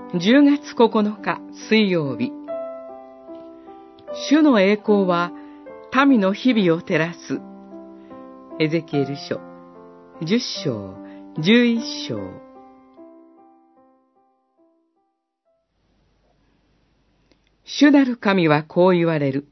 10月9日水曜日。主の栄光は民の日々を照らす。エゼキエル書10章11章。主なる神はこう言われる。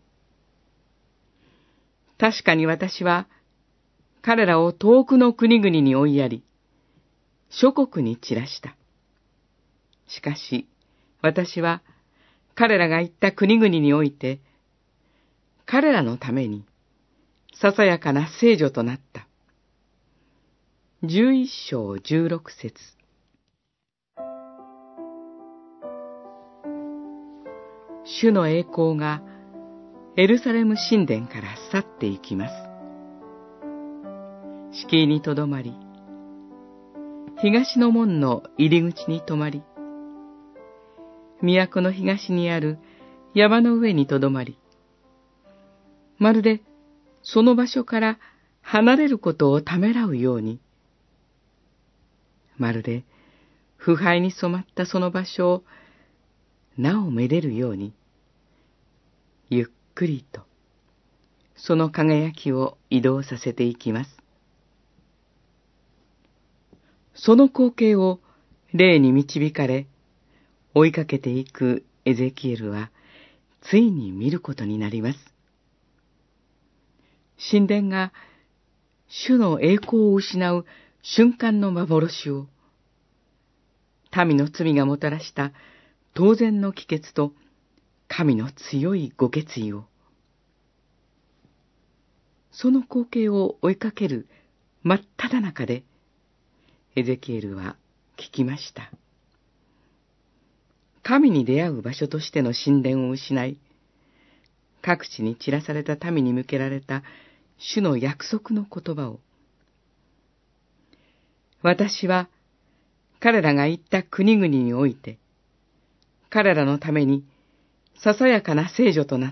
確かに私は彼らを遠くの国々に追いやり、諸国に散らした。しかし、私は彼らが行った国々において、彼らのためにささやかな聖女となった。11章16節。主の栄光がエルサレム神殿から去っていきます。敷居にとどまり、東の門の入り口に止まり、都の東にある山の上にとどまり、まるでその場所から離れることをためらうように、まるで腐敗に染まったその場所をなおめでるように、ゆっくりとその輝きを移動させていきます。その光景を霊に導かれ、追いかけていくエゼキエルは、ついに見ることになります。神殿が主の栄光を失う瞬間の幻を、民の罪がもたらした当然の帰結と神の強いご決意を、その光景を追いかける真っ只中で、エゼキエルは聞きました。神に出会う場所としての神殿を失い、各地に散らされた民に向けられた主の約束の言葉を、私は彼らが行った国々において、彼らのためにささやかな聖女となった。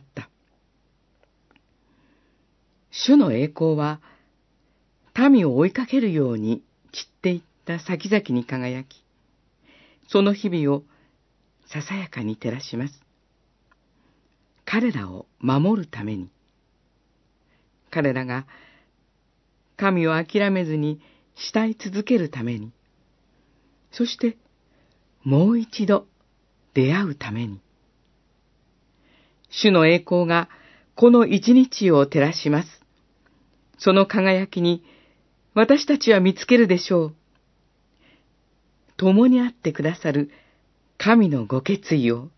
主の栄光は民を追いかけるように散っていった先々に輝き、その日々をささやかに照らします。彼らを守るために、彼らが神を諦めずに慕い続けるために、そしてもう一度出会うために、主の栄光がこの一日を照らします。その輝きに私たちは見つけるでしょう。共にあってくださる神のご決意を、